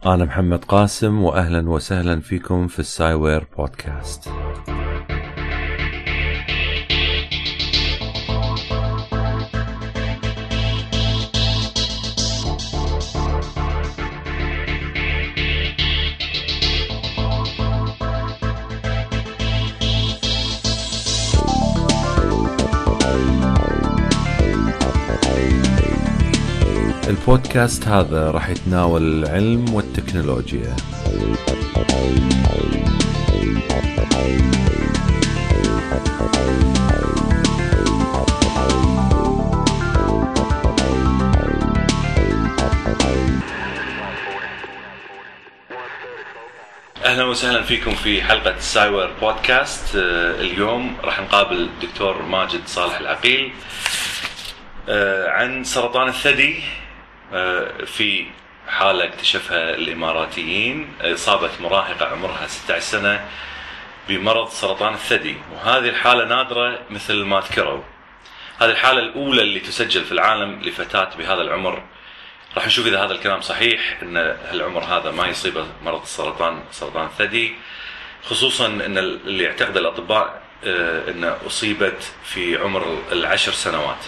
أنا محمد قاسم وأهلا وسهلا فيكم في السايوير بودكاست. البودكاست هذا راح يتناول العلم والتكنولوجيا. أهلا وسهلا فيكم في حلقة السايوير بودكاست. اليوم راح نقابل الدكتور ماجد صالح العقيل عن سرطان الثدي، في حالة اكتشفها الإماراتيين، إصابة مراهقة عمرها 16 سنة بمرض سرطان الثدي، وهذه الحالة نادرة مثل ما ذكروا. هذه الحالة الأولى اللي تسجل في العالم لفتاة بهذا العمر. راح نشوف إذا هذا الكلام صحيح، أن هالعمر هذا ما يصيبه مرض سرطان الثدي، خصوصا أن اللي يعتقد الأطباء أن أصيبت في عمر 10 سنوات.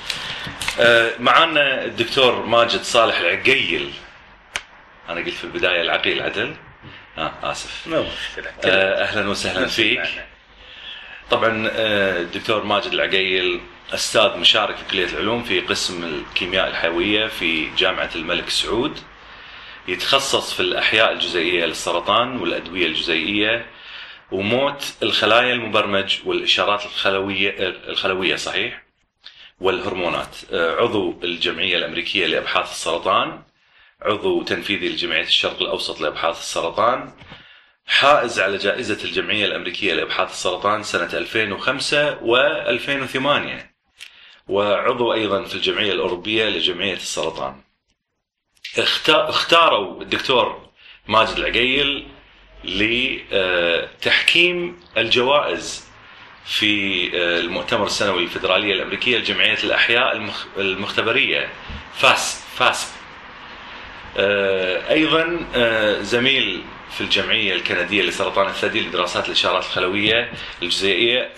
معنا الدكتور ماجد صالح العقيل. أنا قلت في البداية العقيل عدل؟ آسف. أهلا وسهلا فيك. طبعا الدكتور ماجد العقيل أستاذ مشارك في كلية العلوم في قسم الكيمياء الحيوية في جامعة الملك سعود، يتخصص في الأحياء الجزيئية للسرطان والأدوية الجزيئية وموت الخلايا المبرمج والإشارات الخلوية صحيح، والهرمونات. عضو الجمعية الأمريكية لأبحاث السرطان، عضو تنفيذي لجمعية الشرق الأوسط لأبحاث السرطان، حائز على جائزة الجمعية الأمريكية لأبحاث السرطان سنة 2005 و2008، وعضو أيضا في الجمعية الأوروبية لجمعية السرطان. اختاروا الدكتور ماجد العقيل لتحكيم الجوائز في المؤتمر السنوي الفيدرالية الأمريكية لجمعية الأحياء المختبرية فاسب. أيضا زميل في الجمعية الكندية لسرطان الثدي لدراسات الإشارات الخلوية الجزيئية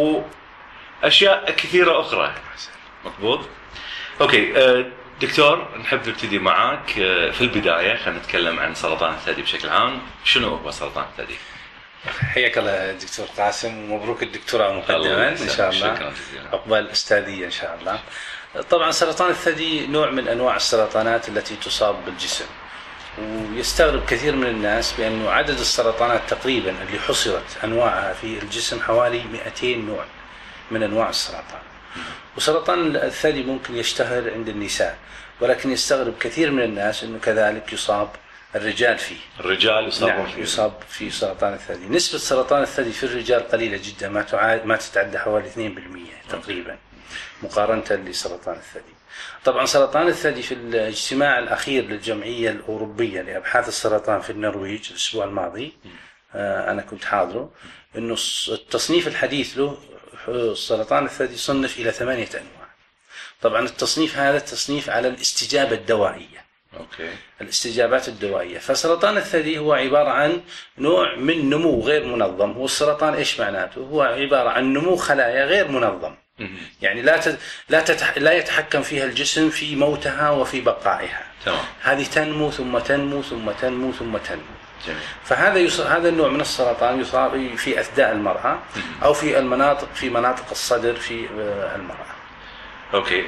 وأشياء كثيرة أخرى. مضبوط؟ أوكي دكتور، نحب نبتدي معاك في البداية. خلينا نتكلم عن سرطان الثدي بشكل عام. شنو هو سرطان الثدي؟ حياك الله دكتور قاسم، ومبروك الدكتوراه مقدما ان شاء الله، عقبال الاستاذيه ان شاء الله. طبعا سرطان الثدي نوع من انواع السرطانات التي تصاب بالجسم، ويستغرب كثير من الناس بانه عدد السرطانات تقريبا اللي حصرت انواعها في الجسم حوالي 200 نوع من انواع السرطان. وسرطان الثدي ممكن يشتهر عند النساء، ولكن يستغرب كثير من الناس انه كذلك يصاب الرجال فيه. الرجال يصابون نعم فيه. يصاب في سرطان الثدي. نسبة سرطان الثدي في الرجال قليلة جدا، ما تتعدى حوالي 2% تقريبا مقارنة لسرطان الثدي. طبعا سرطان الثدي في الاجتماع الأخير للجمعية الأوروبية لأبحاث السرطان في النرويج الأسبوع الماضي، أنا كنت حاضره، إنه التصنيف الحديث له سرطان الثدي صنف إلى 8 أنواع. طبعا التصنيف هذا تصنيف على الاستجابة الدوائية. الاستجابات الدوائية. فسرطان الثدي هو عبارة عن نوع من نمو غير منظم. هو السرطان إيش معناته؟ هو عبارة عن نمو خلايا غير منظم، يعني لا يتحكم فيها الجسم في موتها وفي بقائها. هذه تنمو ثم تنمو ثم تنمو ثم تنمو. فهذا النوع من السرطان يصاب في أثداء المرأة أو في مناطق الصدر في المرأة. أوكي.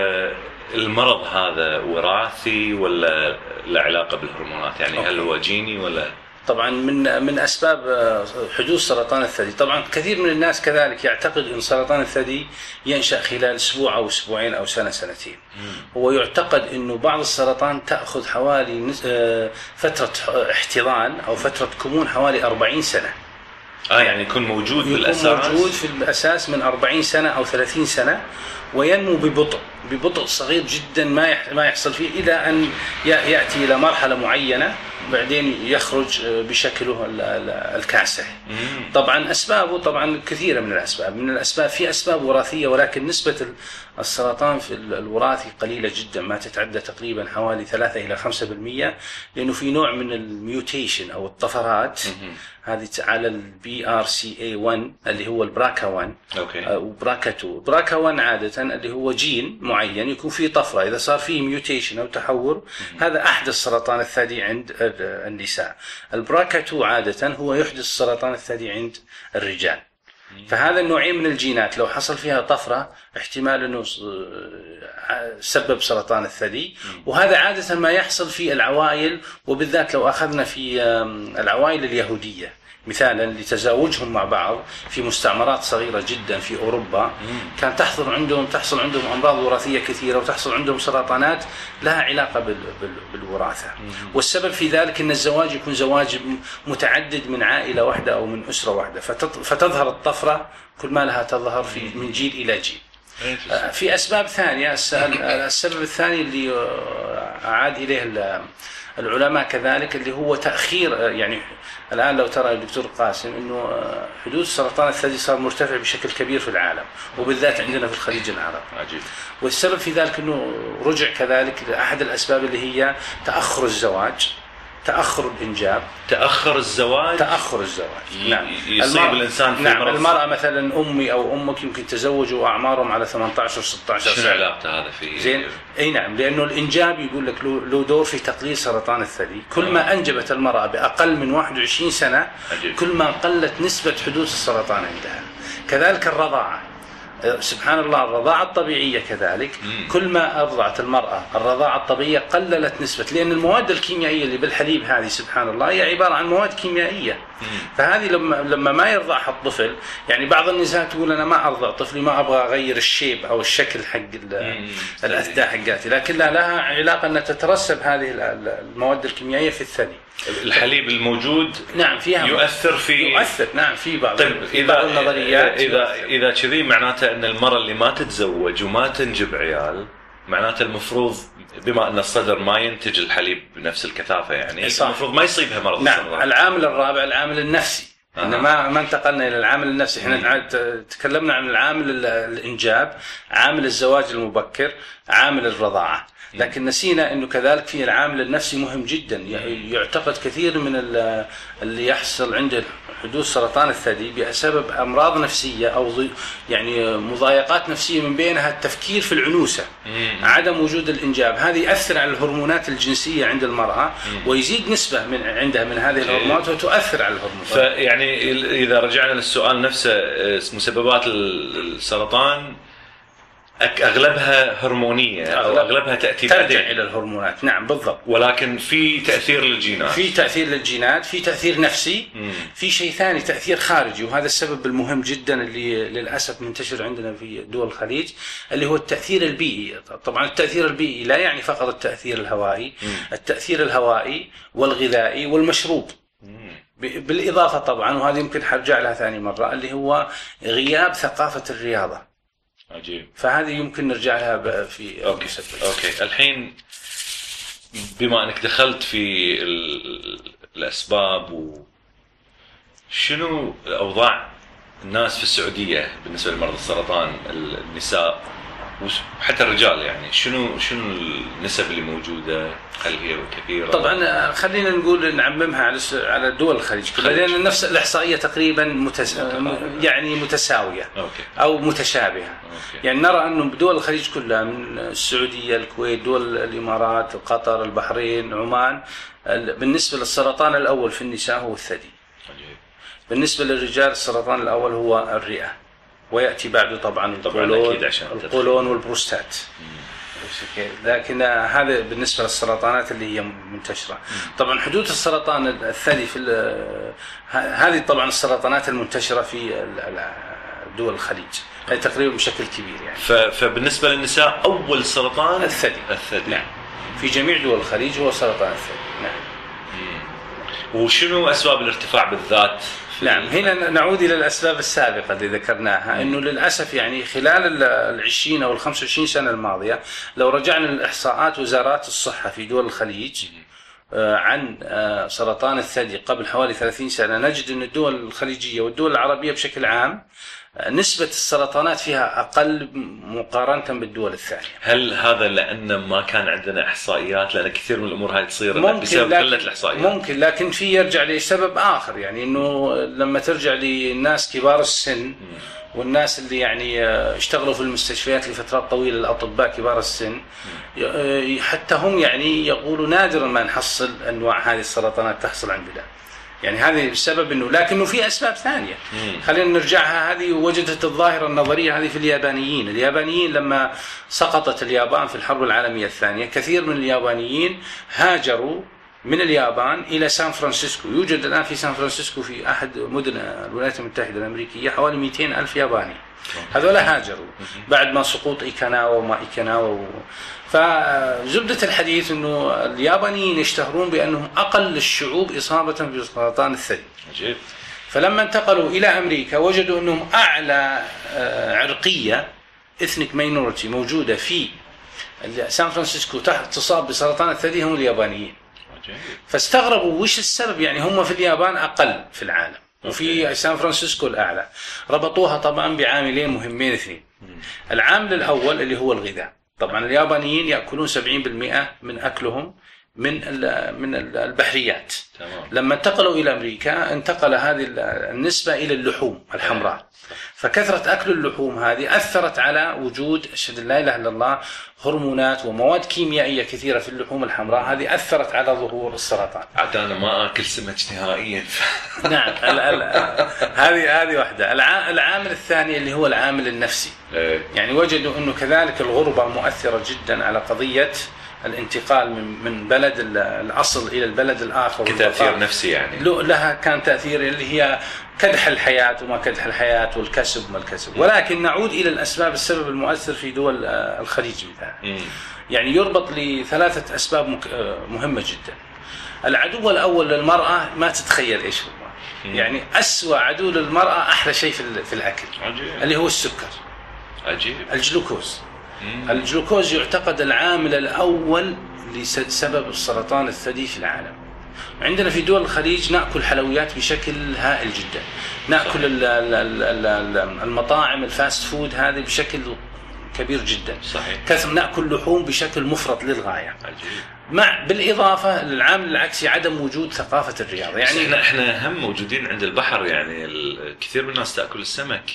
المرض هذا وراثي ولا له علاقة بالهرمونات؟ يعني هل هو جيني ولا؟ طبعا من أسباب حدوث سرطان الثدي، طبعا كثير من الناس كذلك يعتقد أن سرطان الثدي ينشأ خلال أسبوع أو أسبوعين أو سنتين. هو يعتقد أنه بعض السرطان تأخذ حوالي فترة احتضان أو فترة كمون حوالي 40 سنة. يعني يكون موجود في الأساس من 40 سنة أو 30 سنة، وينمو ببطء صغير جدا ما يحصل فيه إلى أن يأتي إلى مرحلة معينة بعدين يخرج بشكله الكاسح. طبعا أسبابه طبعا كثيرة من الأسباب في أسباب وراثية، ولكن نسبة السرطان في الوراثي قليلة جدا، ما تتعدى تقريبا حوالي 3 إلى 5%، لأنه في نوع من الميوتيشن أو الطفرات هذه على البي ار سي اي 1 اللي هو البراكا 1 وبراكا 2. براكا 1 عادة اللي هو جين معين يكون فيه طفرة، إذا صار فيه ميوتيشن أو تحور هذا أحدث سرطان الثدي عند النساء. البراكا 2 عادة هو يحدث سرطان الثدي عند الرجال. فهذا النوعين من الجينات لو حصل فيها طفرة احتمال أنه سبب سرطان الثدي، وهذا عادة ما يحصل في العوائل، وبالذات لو أخذنا في العوائل اليهودية مثالا لتزاوجهم مع بعض في مستعمرات صغيرة جدا في أوروبا، كان تحصل عندهم أمراض وراثية كثيرة، وتحصل عندهم سرطانات لها علاقة بالوراثة. والسبب في ذلك أن الزواج يكون زواج متعدد من عائلة واحدة أو من أسرة واحدة، فتظهر الطفرة كل ما لها تظهر من جيل إلى جيل. في أسباب ثانية. السبب الثاني اللي أعاد إليه العلماء كذلك اللي هو تأخير، يعني الآن لو ترى الدكتور قاسم أنه حدوث سرطان الثدي صار مرتفع بشكل كبير في العالم، وبالذات عندنا في الخليج العربي. عجيب. والسبب في ذلك أنه رجع كذلك لأحد الأسباب اللي هي تأخر الزواج، تأخر الإنجاب، تأخر الزواج. نعم. يصيب الإنسان في مرض. المرأة مثلا أمي أو أمك يمكن تزوجوا أعمارهم على 18 16 سنة. شنو علاقته هذا في زين؟ أي نعم، لأنه الإنجاب يقول لك له دور في تقليل سرطان الثدي. كل ما أنجبت المرأة بأقل من 21 سنة كل ما قلت نسبة حدوث السرطان عندها. كذلك الرضاعة، سبحان الله، الرضاعة الطبيعية كذلك كل ما أرضعت المرأة الرضاعة الطبيعية قللت نسبة، لأن المواد الكيميائية اللي بالحليب هذه سبحان الله هي عبارة عن مواد كيميائية. فهذه لما ما يرضعها الطفل، يعني بعض النساء تقول أنا ما أرضع طفلي، ما أبغى أغير الشيب أو الشكل حق الأثداء حقاتي، لكن لها علاقة أن تترسب هذه المواد الكيميائية في الثدي. الحليب الموجود نعم فيها يؤثر نعم في بعض. طيب النظريات إذا كذي معناته أن المرأة اللي ما تتزوج وما تنجب عيال معناته المفروض بما أن الصدر ما ينتج الحليب بنفس الكثافة، يعني المفروض ما يصيبها مرض السرطان. نعم. العامل الرابع العامل النفسي. إن ما انتقلنا إلى العامل النفسي، إحنا تكلمنا عن العامل الإنجاب، عامل الزواج المبكر، عامل الرضاعة، لكن نسينا أنه كذلك في العامل النفسي مهم جدا. يعتقد كثير من اللي يحصل عنده حدوث سرطان الثدي بسبب أمراض نفسية أو يعني مضايقات نفسية، من بينها التفكير في العنوسة، عدم وجود الإنجاب. هذه يأثر على الهرمونات الجنسية عند المرأة ويزيد نسبة عندها من هذه الهرمونات وتؤثر على الهرمونات. فيعني إذا رجعنا للسؤال نفسه، مسببات السرطان أغلبها هرمونية أو أغلبها تأتي ترجع إلى الهرمونات. نعم بالضبط. ولكن في تأثير للجينات، في تأثير نفسي، في شيء ثاني تأثير خارجي، وهذا السبب المهم جدا اللي للأسف منتشر عندنا في دول الخليج، اللي هو التأثير البيئي. طبعا التأثير البيئي لا يعني فقط التأثير الهوائي، التأثير الهوائي والغذائي والمشروب، بالإضافة طبعا، وهذه يمكن حرجع لها ثاني مرة، اللي هو غياب ثقافة الرياضة. عجيب. فهذه يمكن نرجع لها في أوكي. الحين بما أنك دخلت في الأسباب، شنو أوضاع الناس في السعودية بالنسبة لمرضى السرطان، النساء وحتى الرجال، يعني شنو النسب اللي موجودة؟ هل هي كثيرة؟ طبعا خلينا نقول نعممها على دول الخليج كلها، لأن نفس الإحصائية تقريبا يعني متساوية. أو متشابهة. يعني نرى أنه بدول الخليج كلها، من السعودية، الكويت، دول الإمارات، قطر، البحرين، عمان، بالنسبة للسرطان الأول في النساء هو الثدي. بالنسبة للرجال السرطان الأول هو الرئة، ويأتي بعده طبعا القولون والبروستات. لكن هذا بالنسبة للسرطانات اللي هي منتشرة. طبعا حدوث السرطان الثدي هذه طبعا السرطانات المنتشرة في دول الخليج، هي تقريبا بشكل كبير يعني. فبالنسبة للنساء أول سرطان الثدي. نعم. في جميع دول الخليج هو سرطان الثدي. نعم. وشنو أسباب الارتفاع بالذات؟ نعم، هنا نعود إلى الأسباب السابقة اللي ذكرناها، أنه للأسف يعني خلال 20 أو 25 سنة الماضية، لو رجعنا للإحصاءات وزارات الصحة في دول الخليج، عن سرطان الثدي قبل حوالي 30 سنة، نجد أن الدول الخليجية والدول العربية بشكل عام نسبة السرطانات فيها أقل مقارنة بالدول الثانية. هل هذا لأن ما كان عندنا إحصائيات؟ لأن كثير من الأمور هاي تصير بسبب قلة الإحصائيات. ممكن، لكن في يرجع لسبب آخر، يعني أنه لما ترجع للناس كبار السن والناس اللي يعني اشتغلوا في المستشفيات لفترات طويلة، الأطباء كبار السن حتى هم يعني يقولوا نادرا ما نحصل أنواع هذه السرطانات تحصل عندنا. يعني هذه السبب انه، لكنه في اسباب ثانيه. خلينا نرجعها. هذه وجدت الظاهره النظريه هذه في اليابانيين لما سقطت اليابان في الحرب العالميه الثانيه، كثير من اليابانيين هاجروا من اليابان الى سان فرانسيسكو. يوجد الان في سان فرانسيسكو في احد مدن الولايات المتحده الامريكيه حوالي 200,000 ياباني. هذول هاجروا بعد ما سقوط ايكاناوا وما ايكاناوا. فزبدة الحديث انه اليابانيين يشتهرون بانهم اقل الشعوب اصابة بسرطان الثدي. عجيب. فلما انتقلوا الى امريكا وجدوا انهم اعلى عرقية اثنيك ماينورتي موجودة في سان فرانسيسكو تصاب بسرطان الثدي هم اليابانيين. عجيب. فاستغربوا وش السبب، يعني هم في اليابان اقل في العالم وفي سان فرانسيسكو الأعلى. ربطوها طبعا بعاملين مهمين اثنين. العامل الأول اللي هو الغذاء. طبعا اليابانيين يأكلون 70% من أكلهم من البحريات. تمام. لما انتقلوا إلى أمريكا انتقل هذه النسبة إلى اللحوم الحمراء. فكثرة أكل اللحوم هذه أثرت على وجود، أشهد أن لا إله إلا الله، هرمونات ومواد كيميائية كثيرة في اللحوم الحمراء. هذه أثرت على ظهور السرطان. عاد أنا ما أكل سمك نهائيا. نعم. هذه واحدة. العامل الثاني اللي هو العامل النفسي. يعني وجدوا أنه كذلك الغربة مؤثرة جدا على قضية الانتقال من بلد الأصل إلى البلد الآخر. كتأثير نفسي يعني. لها كان تأثير اللي هي كدح الحياة وما كدح الحياة والكسب وما الكسب. ولكن نعود إلى السبب المؤثر في دول الخليج مثلا. يعني يربط لثلاثة أسباب مهمة جدا. العدو الأول للمرأة ما تتخيل إيش هو. يعني أسوأ عدو للمرأة أحلى شيء في الأكل. عجيب. اللي هو السكر. عجيب. الجلوكوز. الجلوكوز يعتقد العامل الأول لسبب السرطان الثدي في العالم. عندنا في دول الخليج نأكل حلويات بشكل هائل جدا، نأكل المطاعم الفاست فود هذه بشكل كبير جدا. صحيح. نأكل لحوم بشكل مفرط للغاية. عجيب. بالإضافة للعامل العكسي عدم وجود ثقافة الرياضة. يعني احنا هم موجودين عند البحر، يعني كثير من الناس تأكل السمك،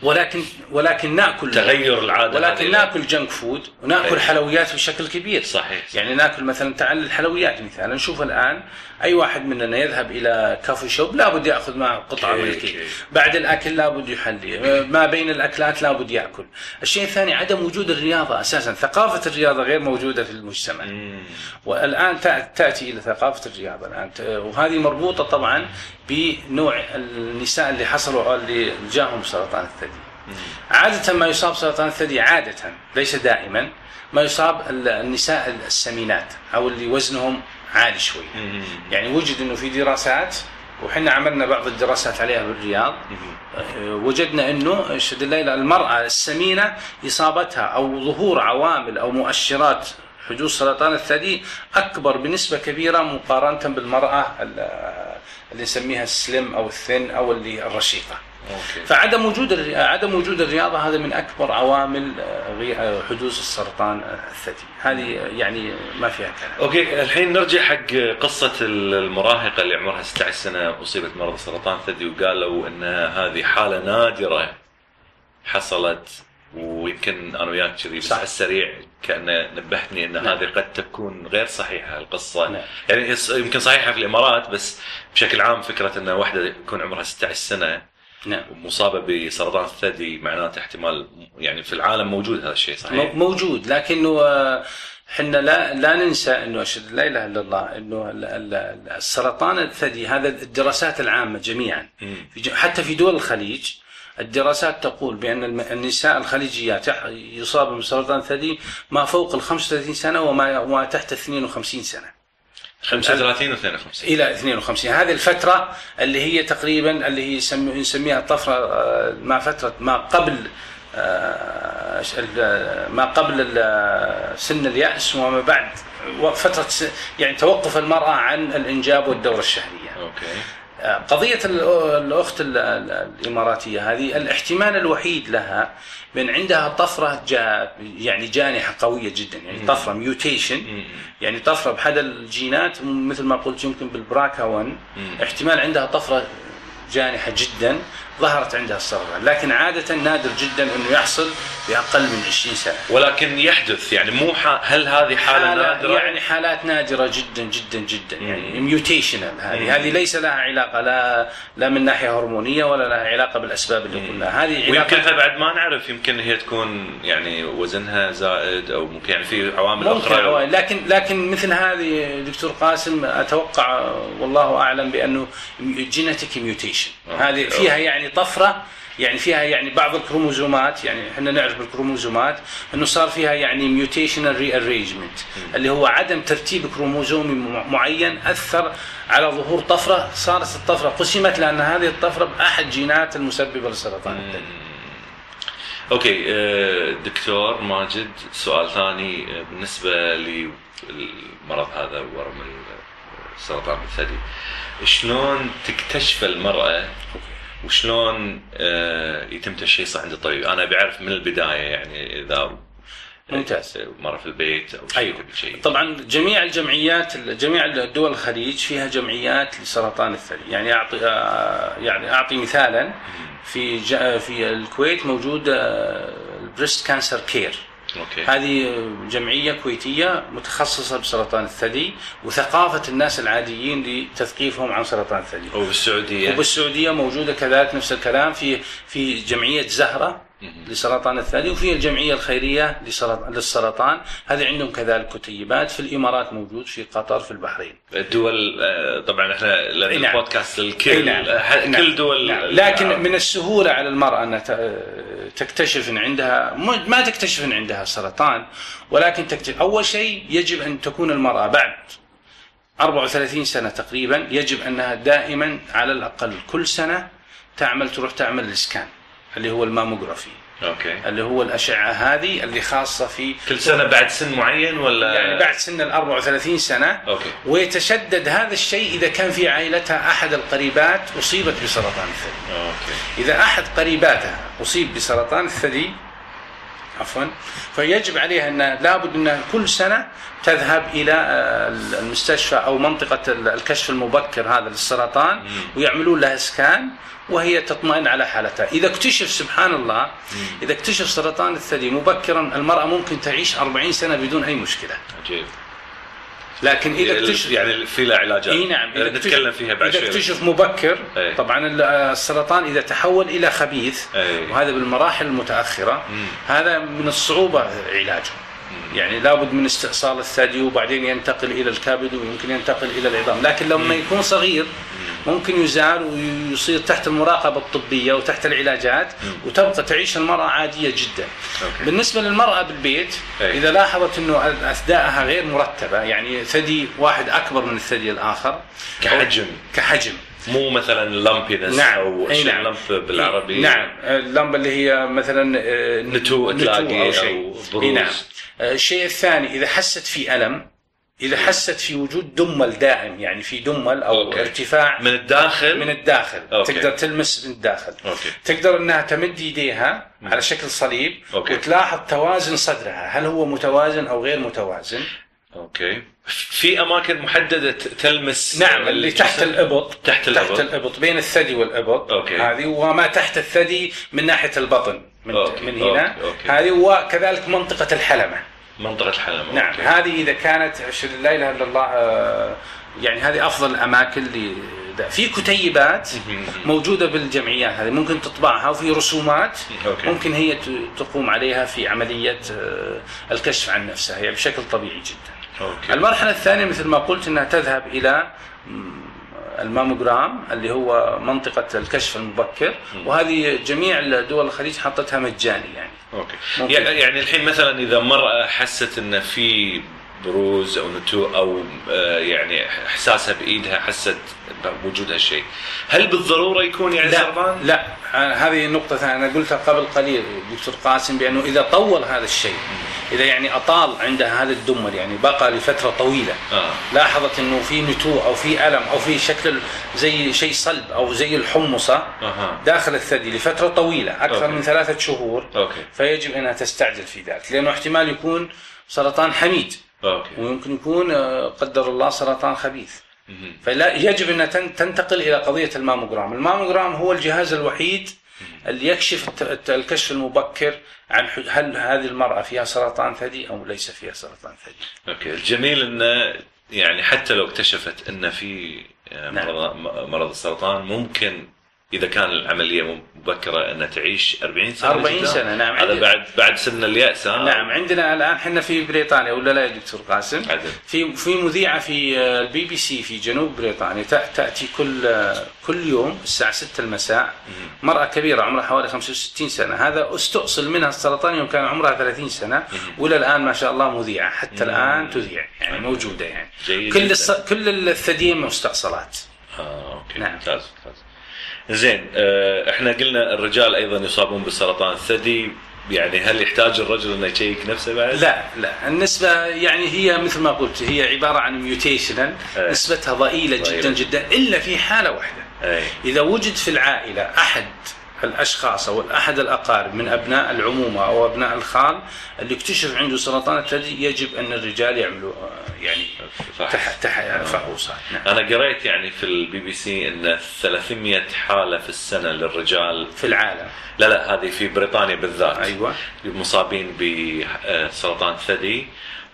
ولكن ناكل تغير العادة، ولكن ناكل جنك فود وناكل حلويات بشكل كبير. صحيح. يعني ناكل مثلا تعال الحلويات مثلا، نشوف الآن أي واحد مننا يذهب إلى كافي شوب لابد يأخذ معه قطعة من الكيك، بعد الأكل لابد يحلي، ما بين الأكلات لابد يأكل. الشيء الثاني عدم وجود الرياضة أساسا، ثقافة الرياضة غير موجودة في المجتمع. والآن تأتي إلى ثقافة الرياضة الآن، وهذه مربوطة طبعا بنوع النساء اللي حصلوا اللي جاهم سرطان الثدي. عادة ما يصاب سرطان الثدي، عادة ليس دائما، ما يصاب النساء السمينات أو اللي وزنهم عالي شوي. يعني وجد أنه في دراسات، وحنا عملنا بعض الدراسات عليها بالرياض، وجدنا أنه المرأة السمينة إصابتها أو ظهور عوامل أو مؤشرات حدوث سرطان الثدي أكبر بنسبة كبيرة مقارنة بالمرأة اللي نسميها السلم أو الثن أو اللي الرشيقة. فعدم وجود الرياضة هذا من أكبر عوامل حدوث السرطان الثدي. هذه يعني ما فيها كلام. أوكي، الحين نرجع حق قصة المراهقة اللي عمرها 16 سنة أصيبت مرض سرطان الثدي، وقالوا أن هذه حالة نادرة حصلت، ويمكن أنا وياك كذي بس على السريع كأن نبهتني أن هذه قد تكون غير صحيحة القصة. يعني يمكن صحيحة في الإمارات، بس بشكل عام فكرة أن واحدة يكون عمرها 16 سنة مصابة بسرطان الثدي معناته احتمال، يعني في العالم موجود هذا الشيء. صحيح موجود، لكنه حنا لا ننسى انه اشهد لا اله الا الله انه السرطان الثدي هذا الدراسات العامة جميعا حتى في دول الخليج الدراسات تقول بأن النساء الخليجيات يصابن بسرطان الثدي ما فوق 35 سنة وما تحت 52 سنة. 35 و 52 إلى 52. هذه الفترة اللي هي تقريبا اللي هي نسميها الطفرة، ما فترة ما قبل ما قبل سن اليأس وما بعد فترة يعني توقف المرأة عن الإنجاب والدورة الشهرية. قضية الأخت الإماراتية هذه الاحتمال الوحيد لها بأن عندها طفرة يعني جانحة قوية جدا، يعني طفرة ميوتيشن، يعني طفرة بحد الجينات مثل ما قلت يمكن بالبراكا 1 احتمال عندها طفرة جانحة جدا ظهرت عندها السرطان، لكن عادة نادر جدا أنه يحصل بأقل من 20 سنة. ولكن يحدث يعني مو هل هذه حالة نادرة؟ يعني حالات نادرة جدا جدا جدا، يعني ميوتيشنال هذه ليس لها علاقة لا من ناحية هرمونية ولا لها علاقة بالأسباب اللي قلناها. هذه ويمكن بعد ما نعرف، يمكن هي تكون يعني وزنها زائد أو ممكن يعني في عوامل أخرى. لكن مثل هذه دكتور قاسم أتوقع والله أعلم بأنه جينيتيك ميوتيشن هذه فيها يعني طفرة، يعني فيها يعني بعض الكروموزومات، يعني احنا نعرف بالكروموزومات انه صار فيها يعني ميوتيشنال ريارينجمنت اللي هو عدم ترتيب كروموزومي معين اثر على ظهور طفرة. صارت الطفرة قسمت لان هذه الطفرة باحد جينات المسببة لسرطان الثدي. اوكي دكتور ماجد، سؤال ثاني بالنسبة للمرض هذا ورم سرطان الثدي، شلون تكتشف المرأة وشلون يتم تشخيصه عند الطبيب؟ انا بعرف من البدايه يعني اذا ممتاز مره في البيت او شيء. طبعا جميع الجمعيات، جميع الدول الخليج فيها جمعيات لسرطان الثدي. يعني اعطي مثالا، في الكويت موجود البريست كانسر كير. هذه جمعية كويتية متخصصة بسرطان الثدي وثقافة الناس العاديين لتثقيفهم عن سرطان الثدي. وبالسعودية موجودة كذلك نفس الكلام، في جمعية زهرة لسرطان الثدي، وفي الجمعية الخيرية للسرطان، هذه عندهم كذلك كتيبات. في الإمارات موجود، في قطر، في البحرين. الدول طبعا احنا البودكاست الكل كل دول. لكن من السهولة على المرأة أن تكتشف أن عندها، ما تكتشف أن عندها سرطان، ولكن تكتشف أول شيء يجب أن تكون المرأة بعد 34 سنة تقريبا، يجب أنها دائما على الأقل كل سنة تروح تعمل الإسكان اللي هو الماموغرافي. اللي هو الأشعة هذه اللي خاصة في كل سنة بعد سن معين ولا يعني بعد سن 34 سنة. ويتشدد هذا الشيء إذا كان في عائلتها أحد القريبات أصيبت بسرطان الثدي. إذا أحد قريباتها أصيب بسرطان الثدي فيجب عليها أن لابد أنها كل سنة تذهب إلى المستشفى أو منطقة الكشف المبكر هذا للسرطان ويعملون لها إسكان وهي تطمئن على حالتها. إذا اكتشف سبحان الله إذا اكتشف سرطان الثدي مبكرا المرأة ممكن تعيش 40 سنة بدون أي مشكلة. لكن إذا اكتشف يعني في له علاجات. نعم. نتكلم فيها بعد شوي. إذا اكتشف مبكر طبعا السرطان إذا تحول إلى خبيث وهذا بالمراحل المتأخرة هذا من الصعوبة علاجه. يعني لابد من استئصال الثدي وبعدين ينتقل إلى الكبد ويمكن ينتقل إلى العظام. لكن لما يكون صغير ممكن يزال ويصير تحت المراقبة الطبية وتحت العلاجات وتبقى تعيش المرأة عادية جدا. بالنسبة للمرأة بالبيت إذا لاحظت أنه أثداءها غير مرتبة، يعني ثدي واحد أكبر من الثدي الآخر كحجم مو مثلا لامبينس أو لامب بالعربي. نعم اللامب اللي هي مثلا نتو تلاقي أو بروز. نعم. الشيء الثاني إذا حست في ألم، إذا حست في وجود دمل دائم، يعني في دمل أو ارتفاع من الداخل تقدر تلمس من الداخل. تقدر أنها تمد يديها على شكل صليب وتلاحظ توازن صدرها، هل هو متوازن أو غير متوازن. في أماكن محددة تلمس. نعم اللي تحت الإبط بين الثدي والإبط هذه، وما تحت الثدي من ناحية البطن من هنا هذه، وكذلك منطقة الحلمة. نعم هذه إذا كانت لا إله إلا الله يعني هذه أفضل الأماكن في كتيبات موجودة بالجمعيات هذه ممكن تطبعها، وفي رسومات ممكن هي تقوم عليها في عملية الكشف عن نفسها هي بشكل طبيعي جدا. المرحلة الثانية مثل ما قلت أنها تذهب إلى الماموغرام اللي هو منطقة الكشف المبكر، وهذه جميع الدول الخليج حطتها مجاني يعني. يعني الحين مثلا إذا مرأة حست أن في بروز او نتوء او يعني احساسها بايدها حست بوجود هالشيء، هل بالضروره يكون يعني سرطان؟ لا هذه النقطه ثانيه انا قلتها قبل قليل دكتور قاسم، بانه اذا طول هذا الشيء، اذا يعني اطال عندها هذا الدمل يعني بقى لفتره طويله، لاحظت انه في نتوء او في الم او في شكل زي شيء صلب او زي الحمصه داخل الثدي لفتره طويله اكثر من 3 شهور، فيجب انها تستعجل في ذلك، لانه احتمال يكون سرطان حميد ويمكن يكون قدر الله سرطان خبيث. فلا يجب أن تنتقل إلى قضية الماموجرام. الماموجرام هو الجهاز الوحيد اللي يكشف الكشف المبكر عن هل هذه المرأة فيها سرطان ثدي أو ليس فيها سرطان ثدي. أوكي. الجميل أنه يعني حتى لو اكتشفت أن في مرض السرطان ممكن إذا كان العملية مبكرة أن تعيش 40 سنة. 40 سنة نعم. هذا بعد سن اليأس. نعم. عندنا الآن احنا في بريطانيا ولا لا يا دكتور قاسم؟ في مذيعة في البي بي سي في جنوب بريطانيا تأتي كل يوم الساعة 6 المساء مرأة كبيرة عمرها حوالي 65 سنة، هذا استؤصل منها السرطان يوم كان عمرها 30 سنة، ولا الآن ما شاء الله مذيعة حتى الآن تذيع يعني موجودة يعني. كل الثديين مستأصلات. أوكي. نعم. ممتاز. زين. احنا قلنا الرجال ايضا يصابون بالسرطان الثدي، يعني هل يحتاج الرجل انه يشيك نفسه بعد؟ لا النسبه يعني هي مثل ما قلت هي عباره عن ميوتيشنال، نسبتها ضئيله جدا جدا، الا في حاله واحده. اذا وجد في العائله احد الاشخاص او احد الاقارب من ابناء العمومه او ابناء الخال اللي اكتشف عنده سرطان الثدي، يجب ان الرجال يعملوا يعني فحوصات. انا قريت يعني في البي بي سي ان 300 حاله في السنه للرجال في العالم. لا هذه في بريطانيا بالذات. ايوه. مصابين بسرطان الثدي،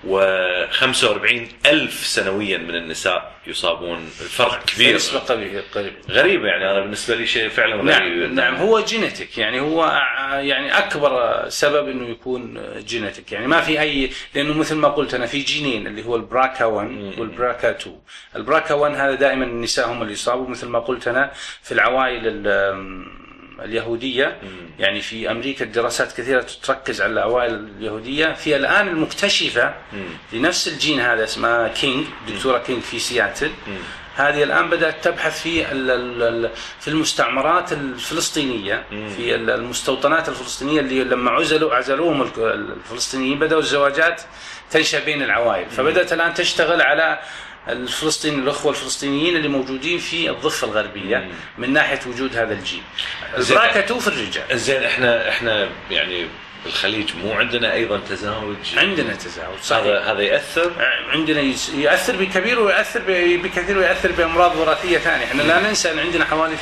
و45,000 سنويا من النساء يصابون. الفرق كبير، نسبة غريبة يعني. أنا بالنسبة لي شيء فعلا غريب. نعم هو جينيتيك يعني، هو يعني أكبر سبب إنه يكون جينيتيك يعني، ما في أي، لأنه مثل ما قلت أنا في جينين اللي هو البراكا 1 والبراكا 2. البراكا 1 هذا دائما النساء هم اللي يصابوا، مثل ما قلت أنا في العوائل اليهودية يعني في أمريكا الدراسات كثيرة تركز على العوائل اليهودية. في الآن المكتشفة لنفس الجين هذا اسمها كينج، دكتورة كينج في سياتل، هذه الآن بدأت تبحث في المستعمرات الفلسطينية، في المستوطنات الفلسطينية اللي لما عزلوهم الفلسطينيين بدأوا الزواجات تنشأ بين العوائل، فبدأت الآن تشتغل على الأخوة الفلسطينيين اللي موجودين في الضفة الغربية من ناحية وجود هذا الجين. البراكة في الرجال. زين احنا يعني بالخليج مو عندنا ايضا تزاوج؟ عندنا تزاوج صحيح. هذا يأثر؟ عندنا يأثر بكبير ويأثر بكثير ويأثر بأمراض وراثية ثانية. احنا لا ننسى ان عندنا حوالي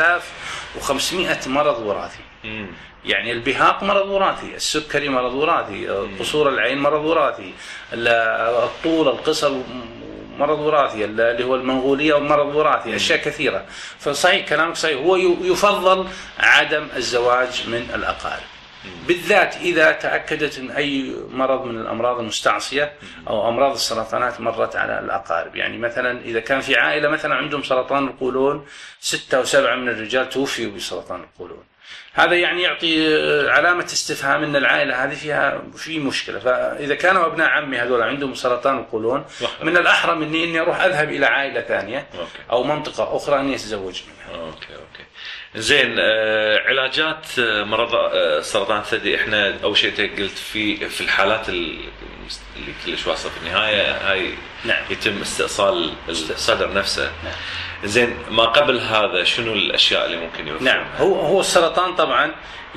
3500 مرض وراثي. يعني البهاق مرض وراثي، السكري مرض وراثي، قصور العين مرض وراثي، الطول القصر مرض وراثي، اللي هو المنغولية ومرض وراثي، أشياء كثيرة. فصحيح كلامك صحيح، هو يفضل عدم الزواج من الأقارب، بالذات إذا تأكدت أن أي مرض من الأمراض المستعصية أو أمراض السرطانات مرت على الأقارب. يعني مثلا إذا كان في عائلة مثلا عندهم سرطان القولون 6 أو 7 من الرجال توفيوا بسرطان القولون، هذا يعني يعطي علامة استفهام أن العائلة هذه فيها في مشكلة. فإذا كانوا أبناء عمي هذول عندهم سرطان القولون، من الأحرى مني أني أروح أذهب إلى عائلة ثانية أو منطقة أخرى أني أتزوج منها. أوكي. زين. علاجات مرض سرطان الثدي، احنا أول شيء قلت في الحالات اللي كلش واصلة في النهاية هاي نعم. يتم استئصال الصدر نفسه. نعم. زين، ما قبل هذا شنو الأشياء اللي ممكن يوفر؟ نعم، هو السرطان طبعا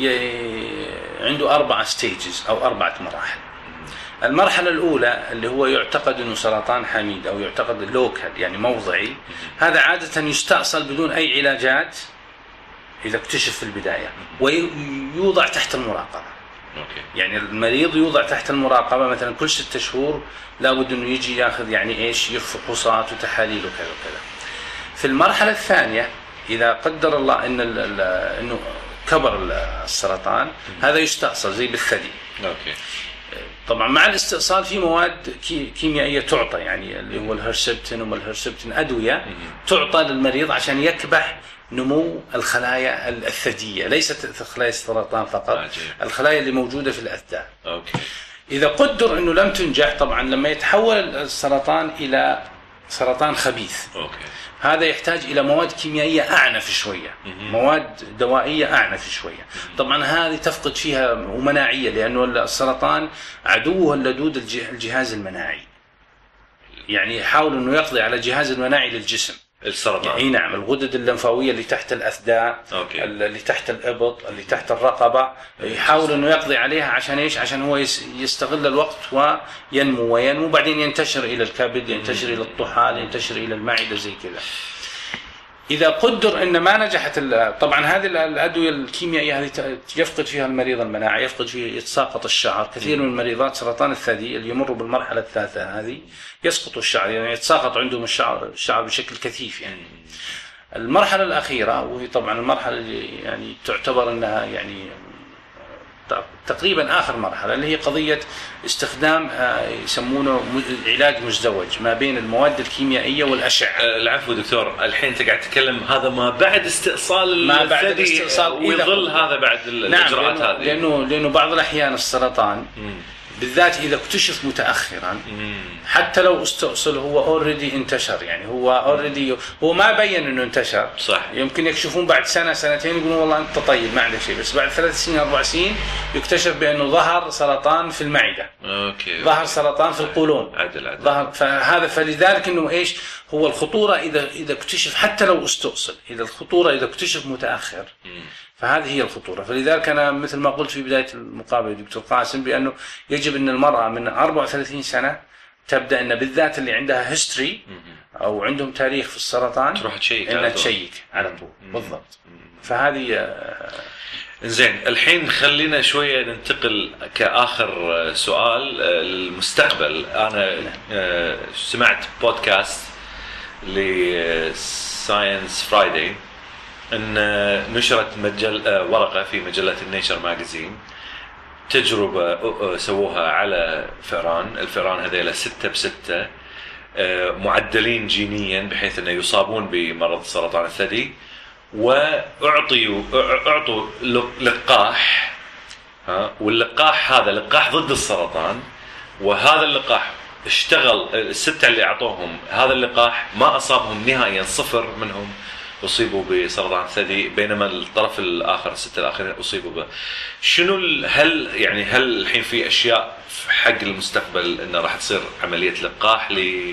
عنده 4 ستيجز أو 4 مراحل. المرحلة الأولى اللي هو يعتقد أنه سرطان حميد أو يعتقد لوكال يعني موضعي، هذا عادة يستأصل بدون أي علاجات إذا اكتشف في البداية، ويوضع تحت المراقبة. يعني المريض يوضع تحت المراقبة مثلا كل 6 شهور لابد أنه يجي يأخذ يعني فحوصات وتحاليل وكذا وكذا. في المرحلة الثانية إذا قدر الله إنه كبر السرطان، هذا يستأصل زي بالثدي. طبعا مع الاستئصال في مواد كيميائية تعطى، يعني اللي هو الهرسبتين والهرسبتين، أدوية تعطى للمريض عشان يكبح نمو الخلايا الثدية، ليست خلايا السرطان فقط، الخلايا اللي موجودة في الأثدان. إذا قدر أنه لم تنجح، طبعا لما يتحول السرطان إلى سرطان خبيث، هذا يحتاج إلى مواد كيميائية أعنف شوية، مواد دوائية أعنف شوية. طبعا هذه تفقد فيها ومناعية، لأنه السرطان عدوه اللدود الجهاز المناعي، يعني يحاول أنه يقضي على الجهاز المناعي للجسم. السرطان يعني نعم، الغدد اللمفاوية اللي تحت الأثداء، اللي تحت الإبط، اللي تحت الرقبة، يحاول أنه يقضي عليها عشان إيش؟ عشان هو يستغل الوقت وينمو بعدين ينتشر إلى الكبد، ينتشر إلى الطحال، ينتشر إلى المعدة زي كذا. إذا قدر أن ما نجحت، طبعا هذه الأدوية الكيميائية هذه يفقد فيها المريض المناعة، يفقد فيها، يتساقط الشعر. كثير من مريضات سرطان الثدي اللي يمروا بالمرحلة الثالثة هذه يسقط الشعر، يعني يتساقط عندهم الشعر بشكل كثيف. يعني المرحلة الأخيرة، وهي طبعا المرحلة اللي يعني تعتبر أنها يعني تقريبا آخر مرحلة، اللي هي قضية استخدام يسمونه علاج مزدوج ما بين المواد الكيميائية والأشعة. العفو دكتور، الحين أنت قاعد تتكلم هذا ما بعد استئصال الثدي، ويظل هذا بعد الإجراءات هذه. لأنه بعض الأحيان السرطان بالذات إذا اكتشف متأخرا، حتى لو استؤصل هو اوريدي انتشر، يعني هو ما بين انه انتشر. صح. يمكن يكشفون بعد سنة سنتين يقولون والله انت طيب ما عندك شيء، بس بعد 3 سنين 4 سنين يكتشف بانه ظهر سرطان في المعدة، ظهر سرطان في القولون، ظهر. فلذلك انه ايش هو الخطورة اذا اكتشف، حتى لو استؤصل، اذا اكتشف متأخر، فهذه هي الخطورة. فلذلك أنا مثل ما قلت في بداية المقابلة دكتور قاسم، بأنه يجب أن المرأة من 34 سنة تبدأ، أن بالذات اللي عندها هيستوري أو عندهم تاريخ في السرطان تروح تشيك، أنها تشيك على طول. بالضبط. فهذه زين. الحين خلينا شوية ننتقل كآخر سؤال المستقبل. أنا سمعت بودكاست لساينس فرايداي، أن نشرت ورقة في مجلة النيشر ماجازين، تجربة سووها على فئران. الفئران هذيلا 6 ب6 معدلين جينيا بحيث أن يصابون بمرض سرطان الثدي، وأعطوا لقاح، واللقاح هذا لقاح ضد السرطان، وهذا اللقاح اشتغل. ال6 اللي أعطوهم هذا اللقاح ما أصابهم نهائيا، 0 منهم أصيبوا بسرطان الثدي، بينما الطرف الآخر 6 الآخرين أصيبوا به. هل الحين في أشياء حق المستقبل إنه راح تصير عملية لقاح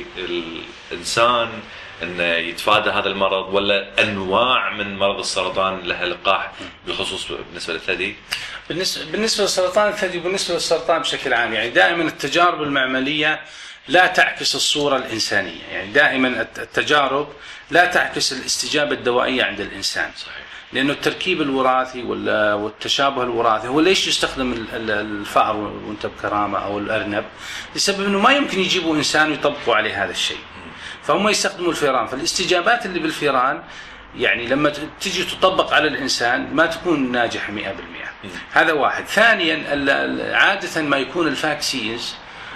للإنسان إنه يتفادى هذا المرض، ولا أنواع من مرض السرطان لها لقاح بالخصوص بالنسبة للثدي؟ بالنسبة لسرطان الثدي وبالنسبة للسرطان بشكل عام، يعني دائما التجارب المعملية لا تعكس الصورة الإنسانية، يعني دائما التجارب لا تعكس الاستجابة الدوائية عند الإنسان. صحيح. لأنه التركيب الوراثي والتشابه الوراثي هو ليش يستخدم الفأر وانت بكرامة أو الأرنب؟ لسبب أنه ما يمكن يجيبوا إنسان ويطبقوا عليه هذا الشيء، فهم يستخدموا الفئران. فالاستجابات اللي بالفئران يعني لما تجي تطبق على الإنسان ما تكون ناجحة 100%. هذا واحد. ثانيا عادة ما يكون الفاكسينز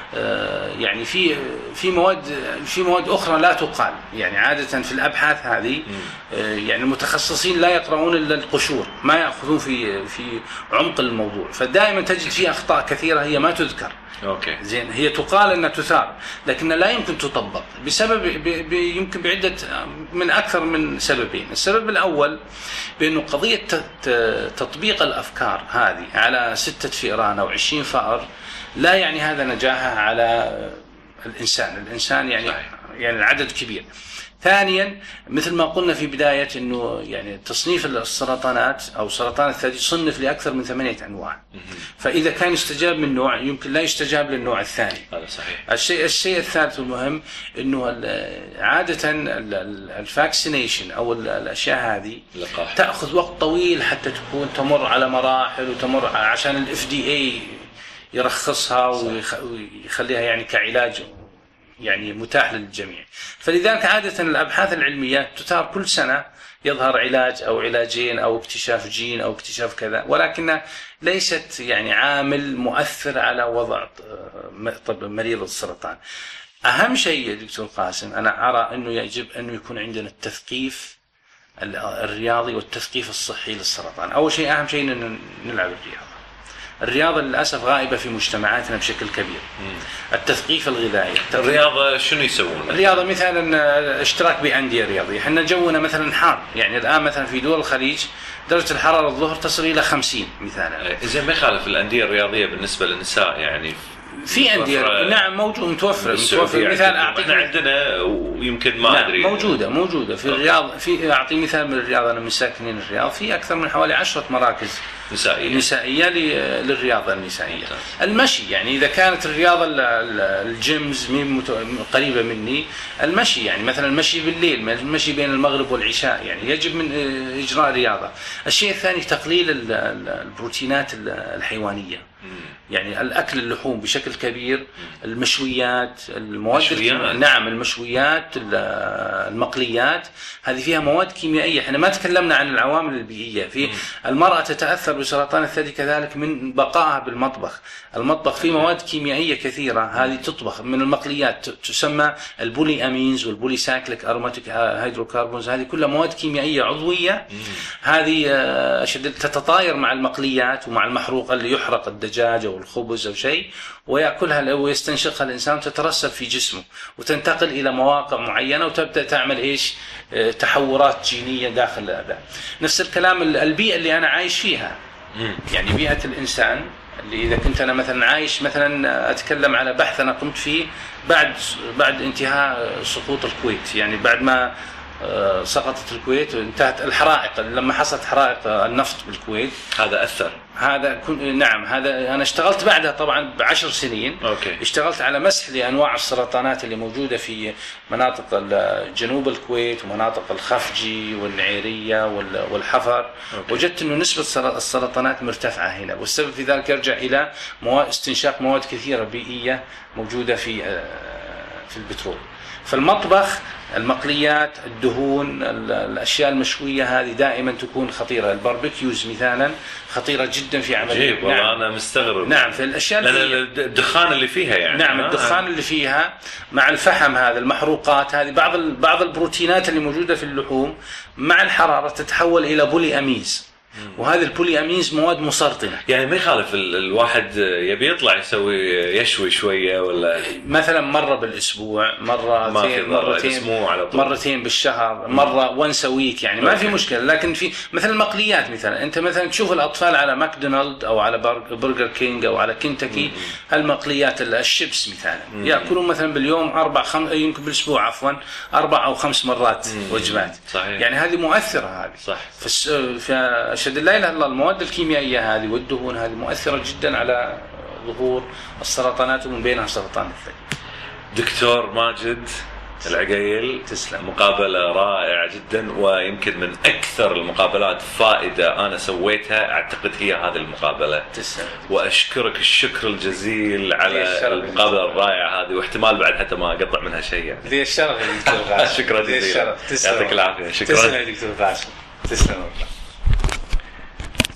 يعني في مواد أخرى لا تقال، يعني عادة في الأبحاث هذه يعني المتخصصين لا يقرؤون إلا القشور، ما يأخذون في عمق الموضوع، فدائما تجد فيه أخطاء كثيرة هي ما تذكر. زين، هي تقال أنها تثار لكنها لا يمكن تطبق بسبب يمكن بعدة من أكثر من سببين. السبب الأول بأنه قضية تطبيق الأفكار هذه على 6 فئران أو 20 فأر لا يعني هذا نجاحها على الإنسان يعني العدد كبير. ثانيا مثل ما قلنا في بداية أنه يعني تصنيف السرطانات أو سرطان الثدي صنف لأكثر من 8 أنواع، فإذا كان يستجاب من نوع يمكن لا يستجاب للنوع الثاني. هذا صحيح. الشيء الثالث المهم أنه عادة الفاكسينيشن أو الأشياء هذه تأخذ وقت طويل حتى تمر على مراحل وتمر عشان الFDA يرخصها ويخليها يعني كعلاج يعني متاح للجميع. فلذلك عادة الأبحاث العلمية تثار كل سنة، يظهر علاج أو علاجين أو اكتشاف جين أو اكتشاف كذا، ولكنها ليست يعني عامل مؤثر على وضع مريض السرطان. أهم شيء يا دكتور قاسم أنا أرى أنه يجب أنه يكون عندنا التثقيف الرياضي والتثقيف الصحي للسرطان. أول شيء أهم شيء أن نلعب الرياضة، الرياضة للأسف غائبة في مجتمعاتنا بشكل كبير. التثقيف الغذائي. الرياضة شنو يسوون؟ الرياضة مثلا اشتراك بأندية رياضية. احنا جونا مثلا حار، يعني الآن مثلا في دول الخليج درجة الحرارة الظهر تصل إلى 50 مثلا. زين ما يخالف الأندية الرياضية بالنسبة للنساء يعني في أندية نعم متوفرة مثال أعطيك. احنا عندنا ويمكن ما أدري موجودة في الرياض. في أعطي مثال من الرياض، أنا من ساكنين الرياض، في أكثر من حوالي 10 مراكز نسائية للرياضة النسائية. المشي يعني إذا كانت الرياضة الجيمز قريبة مني، المشي يعني مثلا المشي بالليل، المشي بين المغرب والعشاء يعني يجب من إجراء رياضة. الشيء الثاني تقليل البروتينات الحيوانية، يعني الأكل اللحوم بشكل كبير، المشويات، نعم المشويات، المقليات، هذه فيها مواد كيميائية. احنا ما تكلمنا عن العوامل البيئية. في المرأة تتأثر بسرطان الثدي كذلك من بقائها بالمطبخ. المطبخ فيه مواد كيميائية كثيرة، هذه تطبخ من المقليات تسمى البولي أمينز والبولي سايكليك أروماتيك هيدروكربونز، هذه كلها مواد كيميائية عضوية، هذه تتطاير مع المقليات ومع المحروق اللي يحرق الدجاج أو الخبز أو شيء ويأكلها ويستنشقها الإنسان، تترسب في جسمه وتنتقل إلى مواقع معينة وتبدأ تعمل تحورات جينية داخل الأعضاء. نفس الكلام البيئة اللي أنا عايش فيها، يعني بيئة الإنسان اللي إذا كنت أنا مثلا عايش، مثلا أتكلم على بحث أنا قمت فيه بعد انتهاء سقوط الكويت، يعني بعد ما سقطت الكويت وانتهت الحرائق، لما حصلت حرائق النفط بالكويت، هذا أثر. نعم، هذا أنا اشتغلت بعدها طبعا ب10 سنين. اشتغلت على مسح لأنواع السرطانات اللي موجودة في مناطق جنوب الكويت ومناطق الخفجي والنعيرية والحفر. وجدت أنه نسبة السرطانات مرتفعة هنا، والسبب في ذلك يرجع إلى استنشاق مواد كثيرة بيئية موجودة في البترول. فالمطبخ، المقليات، الدهون، الأشياء المشوية هذه دائما تكون خطيرة. الباربيكيوز مثلا خطيرة جدا في عملية. والله نعم. أنا مستغرب. نعم، في الأشياء الدخان اللي فيها يعني. نعم، الدخان اللي فيها مع الفحم، هذا المحروقات، هذه بعض البروتينات اللي موجودة في اللحوم مع الحرارة تتحول إلى بولي أميز، وهذه البولي أمينز مواد مسرطنة. يعني ما يخالف الواحد يبي يطلع يشوي شوية ولا مثلا مرة بالأسبوع، مرتين بالشهر، مرة once a week، يعني ما في مشكلة. لكن في مثلا المقليات، مثلا أنت مثلا تشوف الأطفال على ماكدونالد أو على برجر كينج أو على كنتاكي، المقليات الشيبس مثلا يأكلون مثلا باليوم 4-5 يمكن بالأسبوع 4 أو 5 مرات وجبات. صحيح. يعني هذه مؤثرة هذه. صح. أشهد لا إله إلا الله، المواد الكيميائية هذه والدهون هذه مؤثرة جدا على ظهور السرطانات ومن بينها سرطان الثدي. دكتور ماجد العقيل، تسلم. مقابلة رائعة جدا، ويمكن من أكثر المقابلات فائدة أنا سويتها أعتقد هي هذه المقابلة. تسلم. وأشكرك الشكر الجزيل على المقابلة الرائعة هذه، واحتمال بعد حتى ما أقطع منها شيء يعني. ذي الشرف يا دكتور غاشم. شكرا جزيلا، يعطيك العافية. شكرا. تسلم يا دكتور غاشم. تسلم.